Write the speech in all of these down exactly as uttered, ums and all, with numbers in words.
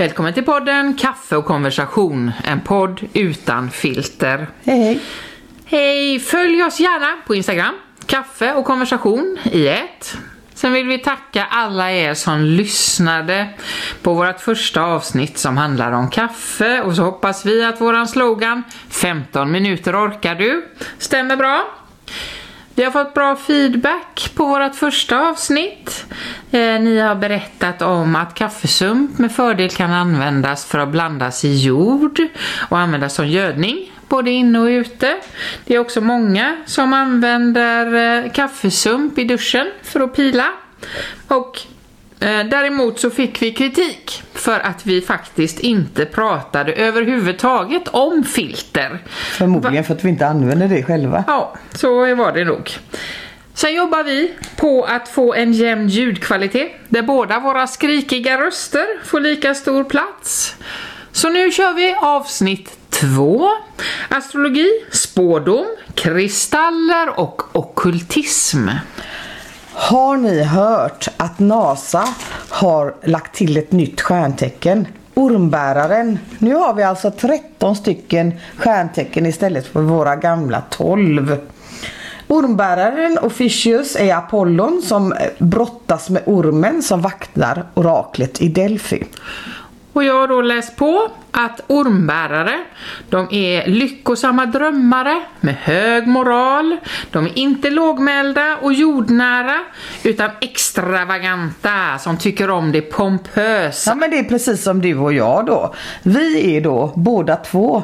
Välkommen till podden Kaffe och konversation, en podd utan filter. Hej hej. Hej, följ oss gärna på Instagram, Kaffe och konversation i ett. Sen vill vi tacka alla er som lyssnade på vårt första avsnitt som handlar om kaffe. Och så hoppas vi att våran slogan femton minuter orkar du stämmer bra. Vi har fått bra feedback på vårt första avsnitt. Eh, ni har berättat om att kaffesump med fördel kan användas för att blandas i jord och användas som gödning, både inne och ute. Det är också många som använder eh, kaffesump i duschen för att pila. Och eh, däremot så fick vi kritik för att vi faktiskt inte pratade överhuvudtaget om filter. Förmodligen för att vi inte använder det själva. Ja, så var det nog. Sen jobbar vi på att få en jämn ljudkvalitet där båda våra skrikiga röster får lika stor plats. Så nu kör vi avsnitt två. Astrologi, spådom, kristaller och ockultism. Har ni hört att NASA har lagt till ett nytt stjärntecken? Ormbäraren. Nu har vi alltså tretton stycken stjärntecken istället för våra gamla tolv. Ormbäraren Ophiuchus är Apollon som brottas med ormen som vaktar oraklet i Delphi. Och jag har då läst på att ormbärare, de är lyckosamma drömmare med hög moral. De är inte lågmälda och jordnära utan extravaganta som tycker om det pompösa. Ja, men det är precis som du och jag då. Vi är då båda två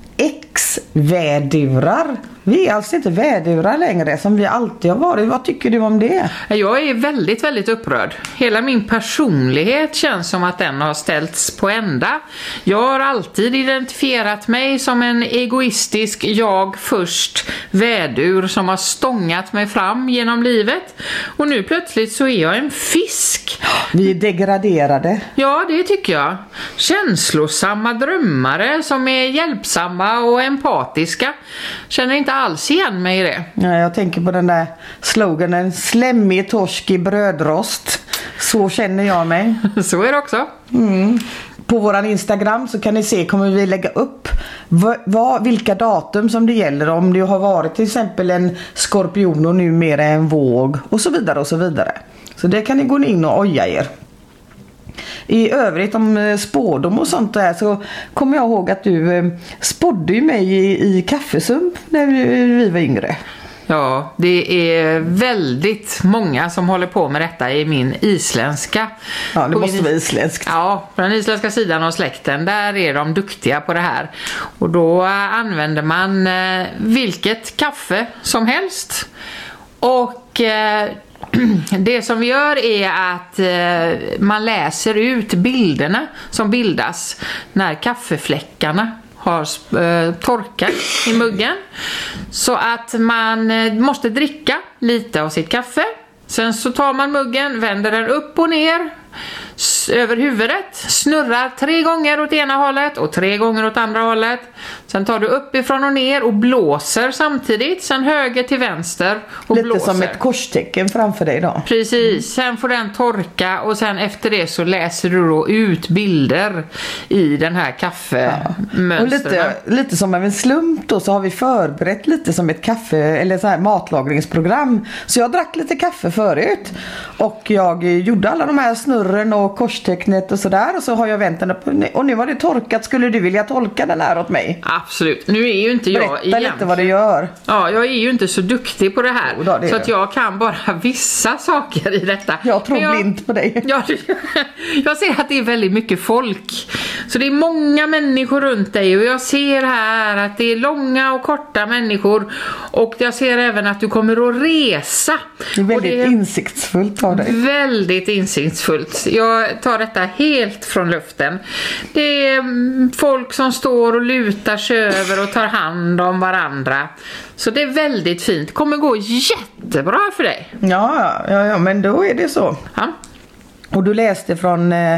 ex-vädurar. Vi är alltså inte vädurar längre som vi alltid har varit. Vad tycker du om det? Jag är väldigt, väldigt upprörd. Hela min personlighet känns som att den har ställts på ända. Jag har alltid identifierat mig som en egoistisk jag först vädur som har stångat mig fram genom livet. Och nu plötsligt så är jag en fisk. Vi är degraderade. Ja, det tycker jag. Känslosamma drömmare som är hjälpsamma och empatiska. Känner inte alls igen mig i det. Ja, jag tänker på den där sloganen, slemmig torsk i brödrost. Så känner jag mig. Så är det också. Mm. På våran Instagram så kan ni se, kommer vi lägga upp vad, vad, vilka datum som det gäller. Om du har varit till exempel en skorpion och numera en våg och så vidare och så vidare. Så det kan ni gå in och oja er. I övrigt om spådom och sånt där så kommer jag ihåg att du eh, spådde ju mig i, i kaffesump när vi, vi var yngre. Ja, det är väldigt många som håller på med detta i min isländska. Ja, det måste vara isländskt. Ja, på den isländska sidan av släkten, där är de duktiga på det här. Och då använder man eh, vilket kaffe som helst. Och eh, det som vi gör är att eh, man läser ut bilderna som bildas när kaffefläckarna har eh, torkat i muggen. Så att man eh, måste dricka lite av sitt kaffe. Sen så tar man muggen, vänder den upp och ner s- över huvudet, snurrar tre gånger åt ena hållet och tre gånger åt andra hållet. Sen tar du uppifrån och ner och blåser samtidigt, sen höger till vänster och lite blåser. som ett korstecken framför dig då. Precis, sen får den torka och sen efter det så läser du då ut bilder i den här kaffemönstren. Ja. Och lite, lite som av en slump då så har vi förberett lite som ett kaffe eller så här matlagringsprogram. Så jag drack lite kaffe förut och jag gjorde alla de här snurren och korstecknet och sådär och så har jag vänt den upp och nu har det torkat. Skulle du vilja tolka den här åt mig? Absolut, nu är ju inte jag Berätta igen. lite vad du gör. Ja, jag är ju inte så duktig på det här. Jo då, det är så det. att jag kan bara vissa saker i detta. Jag tror Men jag, blint på dig. Ja, jag ser att det är väldigt mycket folk. Så det är många människor runt dig. Och jag ser här att det är långa och korta människor. Och jag ser även att du kommer att resa. Det är väldigt och det är insiktsfullt av dig. Väldigt insiktsfullt. Jag tar detta helt från luften. Det är folk som står och lutar sig över och tar hand om varandra. Så det är väldigt fint. Kommer gå jättebra för dig. Ja, ja, ja, men då är det så. Ja. Och du läste från eh,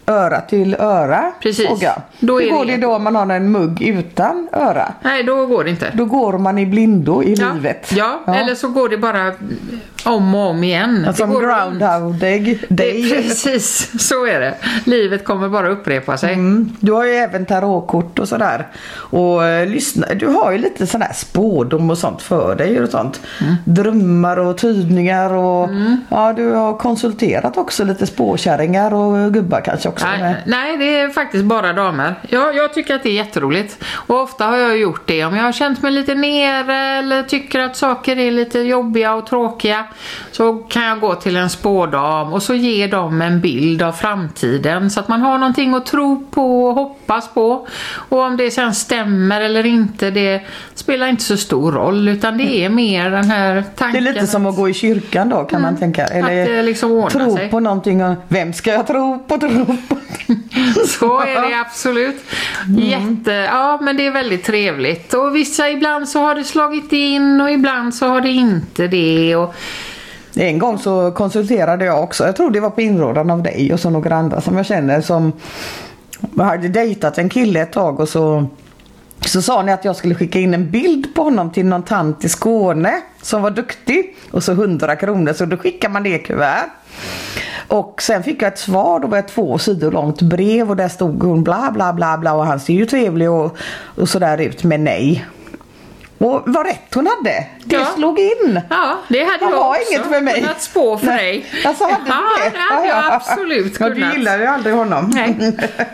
öra till öra. Precis. Fråga. Då är Hur går det- det då om man har en mugg utan öra? Nej, då går det inte. Då går man i blindo i Ja, livet. ja, eller så går det bara om och om igen. Ja, som det går Groundhog Day. Det, precis, så är det. Livet kommer bara upprepa sig. Mm. Du har ju även tarotkort och sådär. Och eh, lyssna, du har ju lite sån här spådom och sånt för dig och sånt. Mm. Drömmar och tydningar och mm. ja, du har konsulterat också lite spåkärringar och gubbar kanske också. Nej, nej, det är faktiskt bara damer. Jag, jag tycker att det är jätteroligt. Och ofta har jag gjort det. Om jag har känt mig lite nere eller tycker att saker är lite jobbiga och tråkiga, så kan jag gå till en spådam och så ger de en bild av framtiden så att man har någonting att tro på och hoppas på. Och om det sen stämmer eller inte, det spelar inte så stor roll, utan det är mer den här tanken. Det är lite som att gå i kyrkan då, kan mm. man tänka. Eller att det liksom ordnar tro sig. på någonting och vem ska jag tro på, tro på? Så är det absolut. Mm. Jätte, ja, men det är väldigt trevligt. Och vissa, ibland så har det slagit in och ibland så har det inte det. Och en gång så konsulterade jag också. Jag tror det var på inrådan av dig och så några andra som jag känner som hade dejtat en kille ett tag, och så så sa ni att jag skulle skicka in en bild på honom till någon tant i Skåne som var duktig, och så hundra kronor, så då skickar man det i kuvert. Och sen fick jag ett svar, då var det två sidor långt brev och där stod hon bla bla bla bla och han ser ju trevlig och, och sådär ut, men nej. Och vad rätt hon hade. Det ja. slog in. Ja, det hade han jag var också inget för mig. kunnat spå för nej. dig. Alltså, hade ja, det? det hade jag absolut kunnat. Ja, du gillar ju aldrig honom. Nej.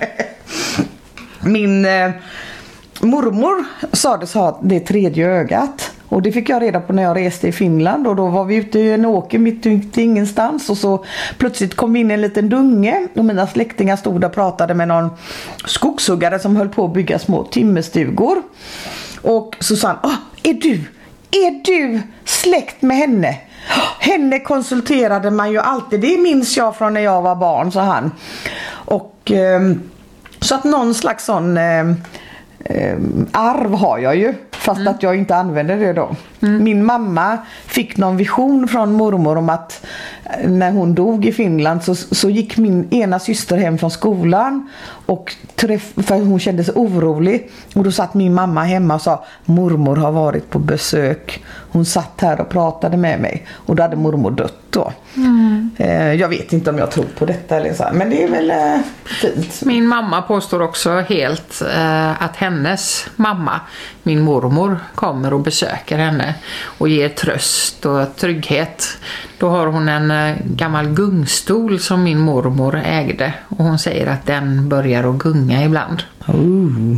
Min eh, mormor sades ha det tredje ögat. Och det fick jag reda på när jag reste i Finland. Och då var vi ute i en åker mitt ute ingenstans. Och så plötsligt kom in en liten dunge. Och mina släktingar stod där och pratade med någon skogshuggare som höll på att bygga små timmerstugor. Och så sa han, ah, är du, är du släkt med henne? Henne konsulterade man ju alltid. Det minns jag från när jag var barn, sa han. Och eh, så att någon slags sån eh, eh, arv har jag ju. Fast mm. att jag inte använder det då. Mm. Min mamma fick någon vision från mormor om att när hon dog i Finland så, så gick min ena syster hem från skolan och träff, för hon kände sig orolig, och då satt min mamma hemma och sa, mormor har varit på besök, hon satt här och pratade med mig, och då hade mormor dött då. Mm. eh, jag vet inte om jag tror på detta eller så, men det är väl eh, fint. Min mamma påstår också helt eh, att hennes mamma, min mormor, kommer och besöker henne och ger tröst och trygghet. Då har hon en eh, gammal gungstol som min mormor ägde, och hon säger att den börjar att gunga ibland. Oh. Mm.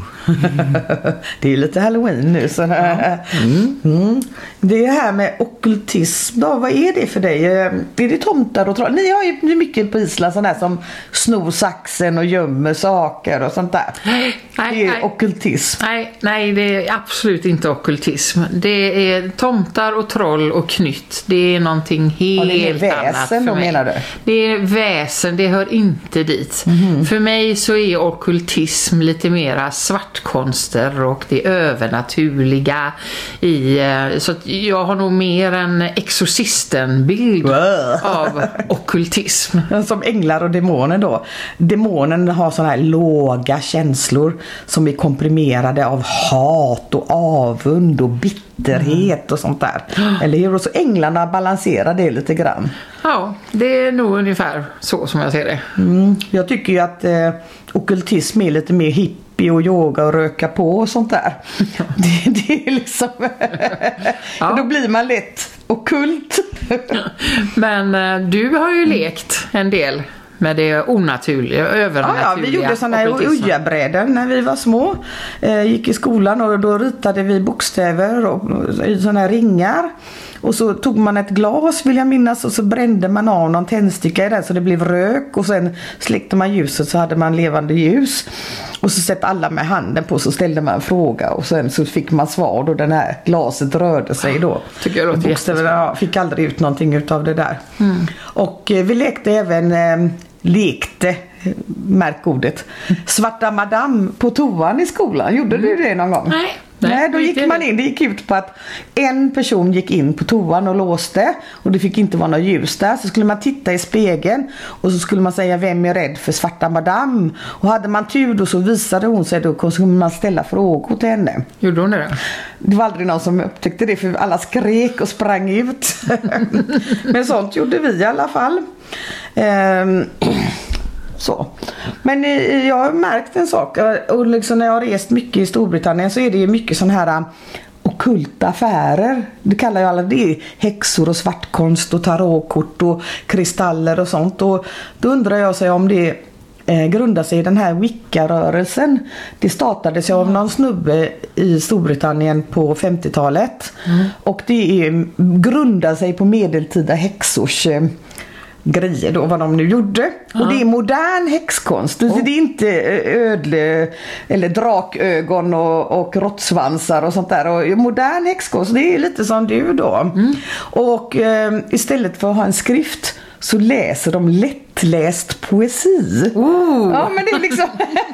Det är lite Halloween nu så här. Ja. Mm. Mm. Det här med ockultism då, vad är det för dig? Är det tomtar och troll? Ni har ju mycket på Island sån här som snor saxen och gömmer saker och sånt där. Nej, det är nej. ockultism. Nej, nej, det är absolut inte ockultism. Det är tomtar och troll och knytt. Det är någonting helt ja, det är väsen, annat för då, mig. Menar du? Det är väsen, det hör inte dit. Mm-hmm. För mig så är ockultism lite mera svartkonster och det övernaturliga i, så att jag har nog mer en exorcistenbild wow. av ockultism. Som änglar och demoner då. Demonen har såna här låga känslor som är komprimerade av hat och avund och bitterhet mm. och sånt där. Eller hur? Och så änglarna balanserar det lite grann. Ja, det är nog ungefär så som jag ser det. Mm. Jag tycker ju att eh, ockultism är lite mer hippie och yoga och röka på och sånt där. Ja. Det, det är liksom ja. Då blir man lätt ockult. Men eh, du har ju lekt en del med det onaturliga, övernaturliga. Ja, ja, vi gjorde sådana här ujabräden när vi var små. Eh, gick i skolan och då ritade vi bokstäver och, i sådana här ringar. Och så tog man ett glas, vill jag minnas, och så brände man av någon tändsticka i den så det blev rök, och sen släckte man ljuset så hade man levande ljus. Och så sätter alla med handen på, så ställde man en fråga och sen så fick man svar och den här glaset rörde sig då. Tycker jag låter bokstäverna ja, fick aldrig ut någonting utav det där. Mm. Och eh, vi lekte även eh, lekte märk ordet svarta madam på toan i skolan. Gjorde mm. du det någon gång? Nej, Nej, Nej, då gick man in. Det gick ut på att en person gick in på toan och låste och det fick inte vara något ljus där. Så skulle man titta i spegeln och så skulle man säga vem är rädd för svarta madame. Och hade man tur då så visade hon sig, då skulle man ställa frågor till henne. Gjorde hon det? Det var aldrig någon som upptäckte det för alla skrek och sprang ut. Men sånt gjorde vi i alla fall. Ehm... Så. Men jag har märkt en sak, och liksom när jag har rest mycket i Storbritannien så är det mycket sån här ockulta affärer. Det kallar jag alla det, häxor och svartkonst och tarotkort och kristaller och sånt. Och då undrar jag sig om det eh, grundar sig i den här Wicca-rörelsen. Det startades av någon snubbe i Storbritannien på femtiotalet. Mm. Och det är, grundar sig på medeltida häxors eh, grejer då, vad de nu gjorde. Ja. Och det är modern häxkonst. Oh. Det är inte ödle eller drakögon och, och råttsvansar och sånt där. Och modern häxkonst, det är lite som du då. Mm. Och eh, istället för att ha en skrift så läser de lättläst poesi. Oh. Ja, men det är liksom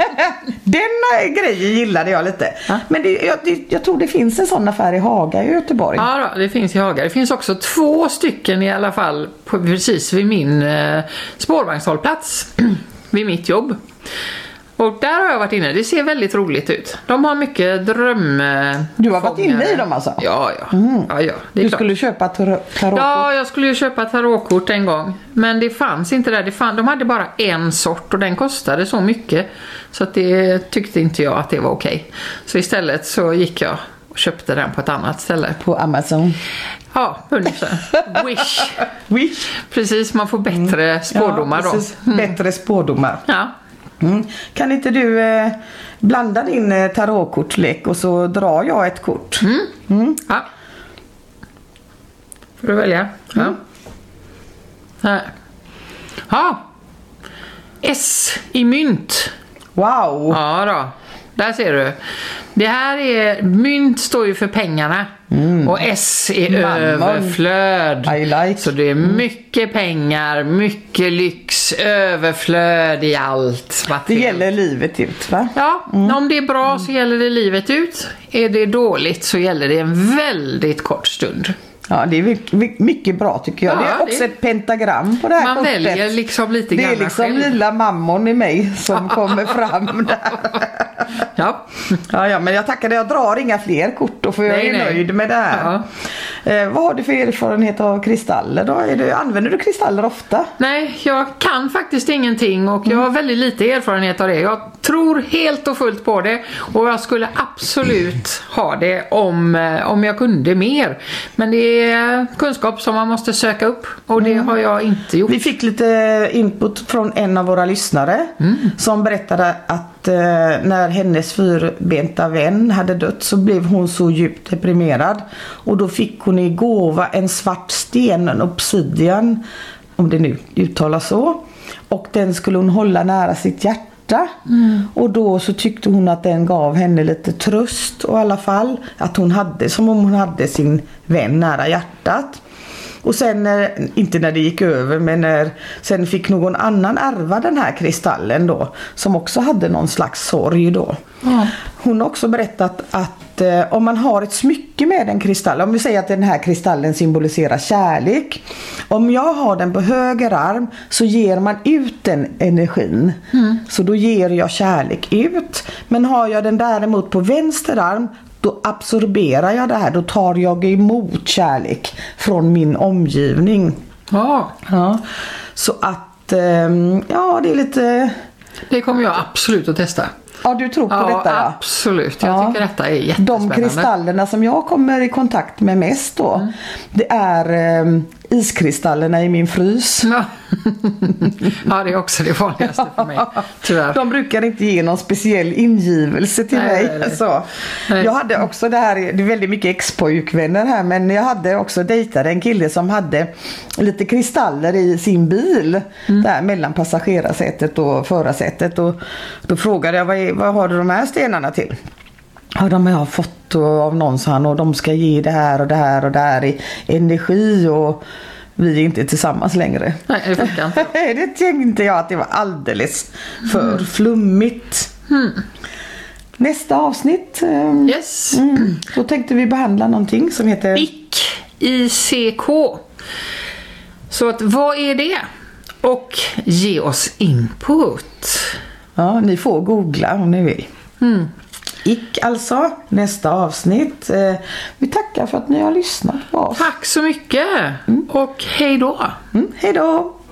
denna grejen gillade jag lite. Ja. Men det, jag, det, jag tror det finns en sån affär i Haga i Göteborg. Ja då, det finns i Haga. Det finns också två stycken i alla fall på, precis vid min eh, spårvagnshållplats vid mitt jobb. Och där har jag varit inne. Det ser väldigt roligt ut. De har mycket dröm. Du har varit inne i dem alltså? Ja, ja. Mm. ja, ja det är du klart. Skulle köpa tar- tarotkort? Ja, jag skulle ju köpa tarotkort en gång. Men det fanns inte där. Det fann, de hade bara en sort och den kostade så mycket. Så att det tyckte inte jag att det var okej. Så istället så gick jag och köpte den på ett annat ställe. På Amazon? Ja, ungefär. Wish. Wish? Precis, man får bättre mm. spårdomar ja, då. Mm. Bättre spårdomar. Ja. Mm. Kan inte du eh, blanda din eh, tarotkortlek och så drar jag ett kort? Mm. Mm. Ja. Får du välja? Ja. Mm. Här. Ja. S i mynt. Wow. Ja då. Där ser du. Det här är, mynt står ju för pengarna. Mm. Och S är Mamma. överflöd. I like. Så det är mycket pengar, mycket lyx, överflöd i allt. Det gäller livet ut, va? Ja, mm. om det är bra så gäller det livet ut. Är det dåligt så gäller det en väldigt kort stund. Ja, det är mycket bra tycker jag. Ja, det är också det... ett pentagram på det här Man kortet. väljer liksom lite grann. Det är liksom själv. Lilla mammon i mig som kommer fram där. Ja. Ja, ja, men jag tackar dig. Jag drar inga fler kort då, för jag nej, är nej. nöjd med det här. Ja. Eh, vad har du för erfarenhet av kristaller då? Är du, använder du kristaller ofta? Nej, jag kan faktiskt ingenting och jag har väldigt lite erfarenhet av det. Jag tror helt och fullt på det och jag skulle absolut ha det om, om jag kunde mer. Men det är kunskap som man måste söka upp och det mm. har jag inte gjort. Vi fick lite input från en av våra lyssnare mm. som berättade att eh, när hennes fyrbenta vän hade dött så blev hon så djupt deprimerad och då fick hon i gåva en svart sten, en obsidian, om det nu uttalas så, och den skulle hon hålla nära sitt hjärta. Mm. Och då så tyckte hon att den gav henne lite tröst och i alla fall att hon hade, som om hon hade sin vän nära hjärtat. Och sen, när, inte när det gick över, men när sen fick någon annan ärva den här kristallen då, som också hade någon slags sorg då. Mm. Hon har också berättat att eh, om man har ett smycke med en kristall, om vi säger att den här kristallen symboliserar kärlek, om jag har den på höger arm så ger man ut den energin. Mm. Så då ger jag kärlek ut. Men har jag den däremot på vänster arm, då absorberar jag det här. Då tar jag emot kärlek från min omgivning. Ja. Ja. Så att, ja, det är lite... Det kommer jag absolut att testa. Ja, du tror på ja, detta, ja. Absolut. Jag ja. tycker detta är jättespännande. De kristallerna som jag kommer i kontakt med mest då, mm. det är eh, iskristallerna i min frys. Ja. Ja, det är också det vanligaste för mig, tyvärr. De brukar inte ge någon speciell ingivelse till nej, mig. Nej, nej. Så. Nej. Jag hade också det här, det är väldigt mycket ex-pojkvänner här, men jag hade också dejtat en kille som hade lite kristaller i sin bil, mm. där mellan passagerarsätet och förarsätet, och då frågade jag, vad, är, vad har du de här stenarna till? Ja, de har jag fått av någon, sa han, och de ska ge det här och det här och det här i energi, och vi är inte tillsammans längre. Nej, det funkar inte. Det tänkte jag att det var alldeles för mm. flummigt. Mm. nästa avsnitt. Eh, Yes. mm, då tänkte vi behandla någonting som heter I C, I C K. Så att, vad är det? Och ge oss input. Ja, ni får googla om ni vill. Mm. I C alltså, nästa avsnitt. Eh, vi tackar för att ni har lyssnat på oss. Tack så mycket. Och hej då. Mm, hej då!